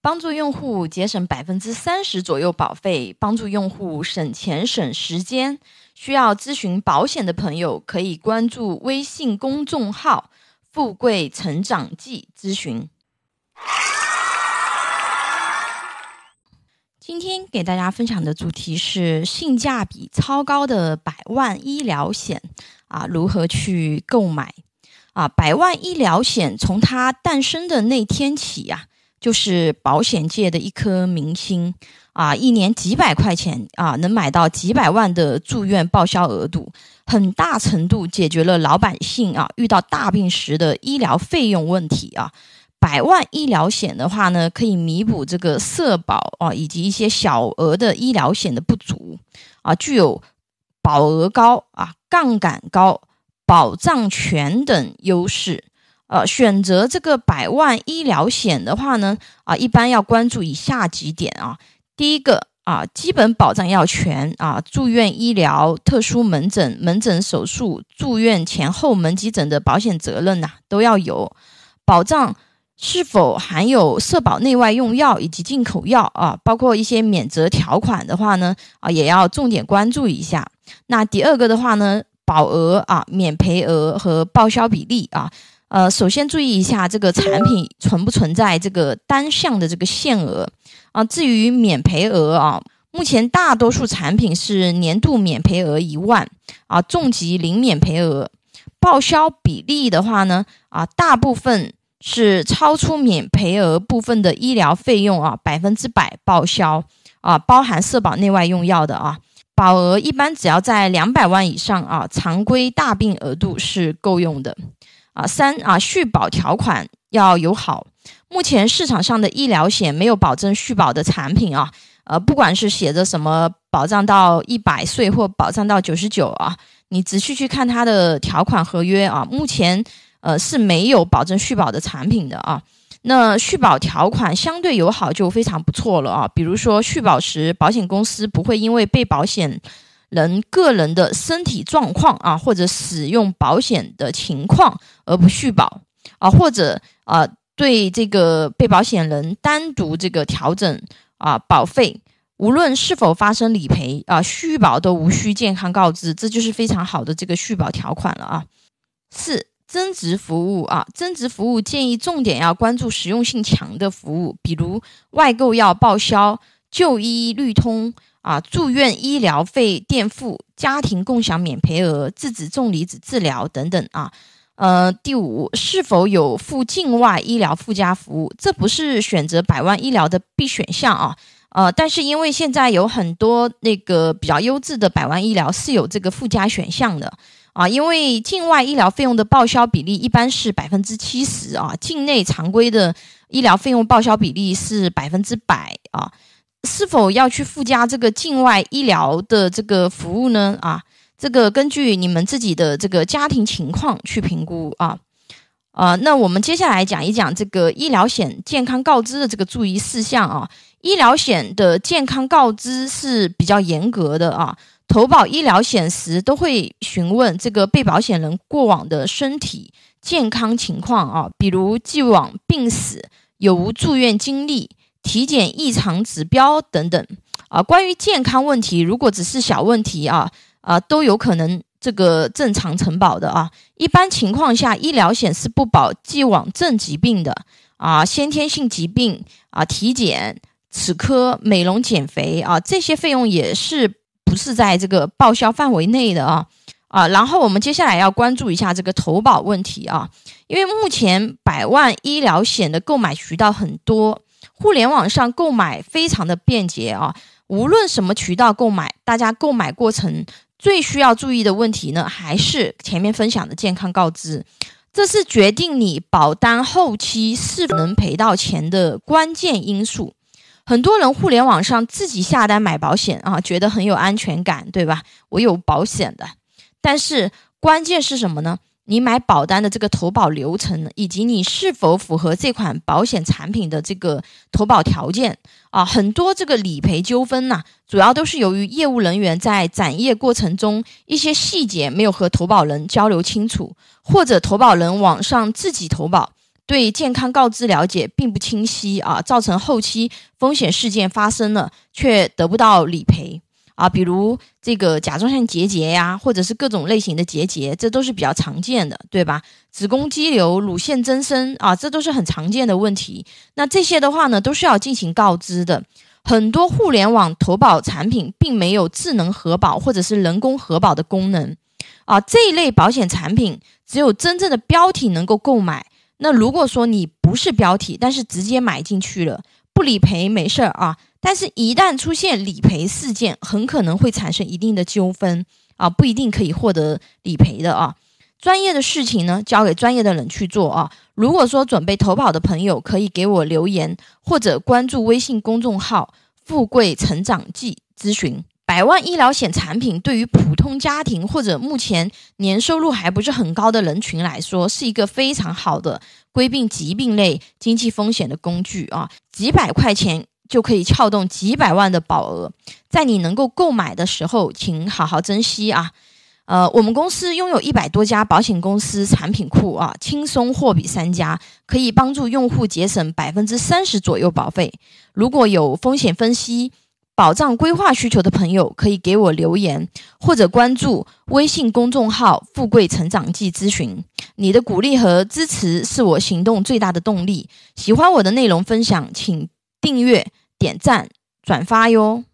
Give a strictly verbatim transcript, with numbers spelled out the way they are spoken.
帮助用户节省 百分之三十 左右保费，帮助用户省钱省时间。需要咨询保险的朋友可以关注微信公众号富贵成长记咨询。今天给大家分享的主题是性价比超高的百万医疗险啊，如何去购买啊？百万医疗险从它诞生的那天起啊，就是保险界的一颗明星啊，一年几百块钱啊，能买到几百万的住院报销额度，很大程度解决了老百姓啊遇到大病时的医疗费用问题啊。百万医疗险的话呢，可以弥补这个社保啊以及一些小额的医疗险的不足啊，具有保额高啊、杠杆高、保障权等优势。呃，选择这个百万医疗险的话呢，啊，一般要关注以下几点啊。第一个啊，基本保障要全啊，住院医疗、特殊门诊、门诊手术、住院前后门急诊的保险责任呐、啊、都要有，保障是否含有社保内外用药以及进口药啊，包括一些免责条款的话呢，啊，也要重点关注一下。那第二个的话呢，保额啊、免赔额和报销比例啊。呃，首先注意一下这个产品存不存在这个单项的这个限额啊。至于免赔额啊，目前大多数产品是年度免赔额一万啊，重疾零免赔额。报销比例的话呢，啊，大部分是超出免赔额部分的医疗费用啊，百分之百报销啊，包含社保内外用药的啊。保额一般只要在两百万以上啊，常规大病额度是够用的。啊，三啊，续保条款要友好。目前市场上的医疗险没有保证续保的产品啊，呃，不管是写着什么保障到一百岁或保障到九十九啊，你仔细去看它的条款合约啊，目前呃是没有保证续保的产品的啊。那续保条款相对友好就非常不错了啊，比如说续保时，保险公司不会因为被保险人个人的身体状况啊，或者使用保险的情况而不续保啊，或者啊对这个被保险人单独这个调整啊保费，无论是否发生理赔啊，续保都无需健康告知，这就是非常好的这个续保条款了啊。四、增值服务啊，增值服务建议重点要关注实用性强的服务，比如外购药报销、就医律通。啊，住院医疗费垫付、家庭共享免赔额、质子重离子治疗等等啊。呃，第五，是否有附境外医疗附加服务？这不是选择百万医疗的必选项啊。呃，但是因为现在有很多那个比较优质的百万医疗是有这个附加选项的啊。因为境外医疗费用的报销比例一般是百分之七十啊，境内常规的医疗费用报销比例是百分之百啊。是否要去附加这个境外医疗的这个服务呢？啊，这个根据你们自己的这个家庭情况去评估啊。呃，那我们接下来讲一讲这个医疗险健康告知的这个注意事项啊。医疗险的健康告知是比较严格的啊，投保医疗险时都会询问这个被保险人过往的身体健康情况啊，比如既往病史、有无住院经历、体检异常指标等等啊。关于健康问题，如果只是小问题啊啊，都有可能这个正常承保的啊。一般情况下，医疗险是不保既往症疾病的啊，先天性疾病啊，体检、齿科、美容、减肥啊，这些费用也是不是在这个报销范围内的啊。啊，然后我们接下来要关注一下这个投保问题啊，因为目前百万医疗险的购买渠道很多。互联网上购买非常的便捷啊，无论什么渠道购买，大家购买过程最需要注意的问题呢，还是前面分享的健康告知，这是决定你保单后期是否能赔到钱的关键因素。很多人互联网上自己下单买保险啊，觉得很有安全感，对吧？我有保险的，但是关键是什么呢？你买保单的这个投保流程，以及你是否符合这款保险产品的这个投保条件啊，很多这个理赔纠纷呢、啊，主要都是由于业务人员在展业过程中一些细节没有和投保人交流清楚，或者投保人网上自己投保， 对健康告知了解并不清晰啊，造成后期风险事件发生了却得不到理赔啊，比如这个甲状腺结节呀，或者是各种类型的结节，这都是比较常见的，对吧？子宫肌瘤、乳腺增生啊，这都是很常见的问题。那这些的话呢，都是要进行告知的。很多互联网投保产品并没有智能核保或者是人工核保的功能啊，这一类保险产品只有真正的标体能够购买。那如果说你不是标体，但是直接买进去了，不理赔没事啊，但是一旦出现理赔事件，很可能会产生一定的纠纷啊，不一定可以获得理赔的啊。专业的事情呢，交给专业的人去做啊。如果说准备投保的朋友，可以给我留言或者关注微信公众号富贵成长记咨询。百万医疗险产品对于普通家庭或者目前年收入还不是很高的人群来说，是一个非常好的规避疾病类经济风险的工具啊，几百块钱就可以撬动几百万的保额，在你能够购买的时候，请好好珍惜啊。呃，我们公司拥有一百多家保险公司产品库啊，轻松货比三家，可以帮助用户节省百分之三十左右保费。如果有风险分析、保障规划需求的朋友，可以给我留言或者关注微信公众号“富贵成长记咨询”。你的鼓励和支持是我行动最大的动力。喜欢我的内容分享，请订阅、点赞、转发哟。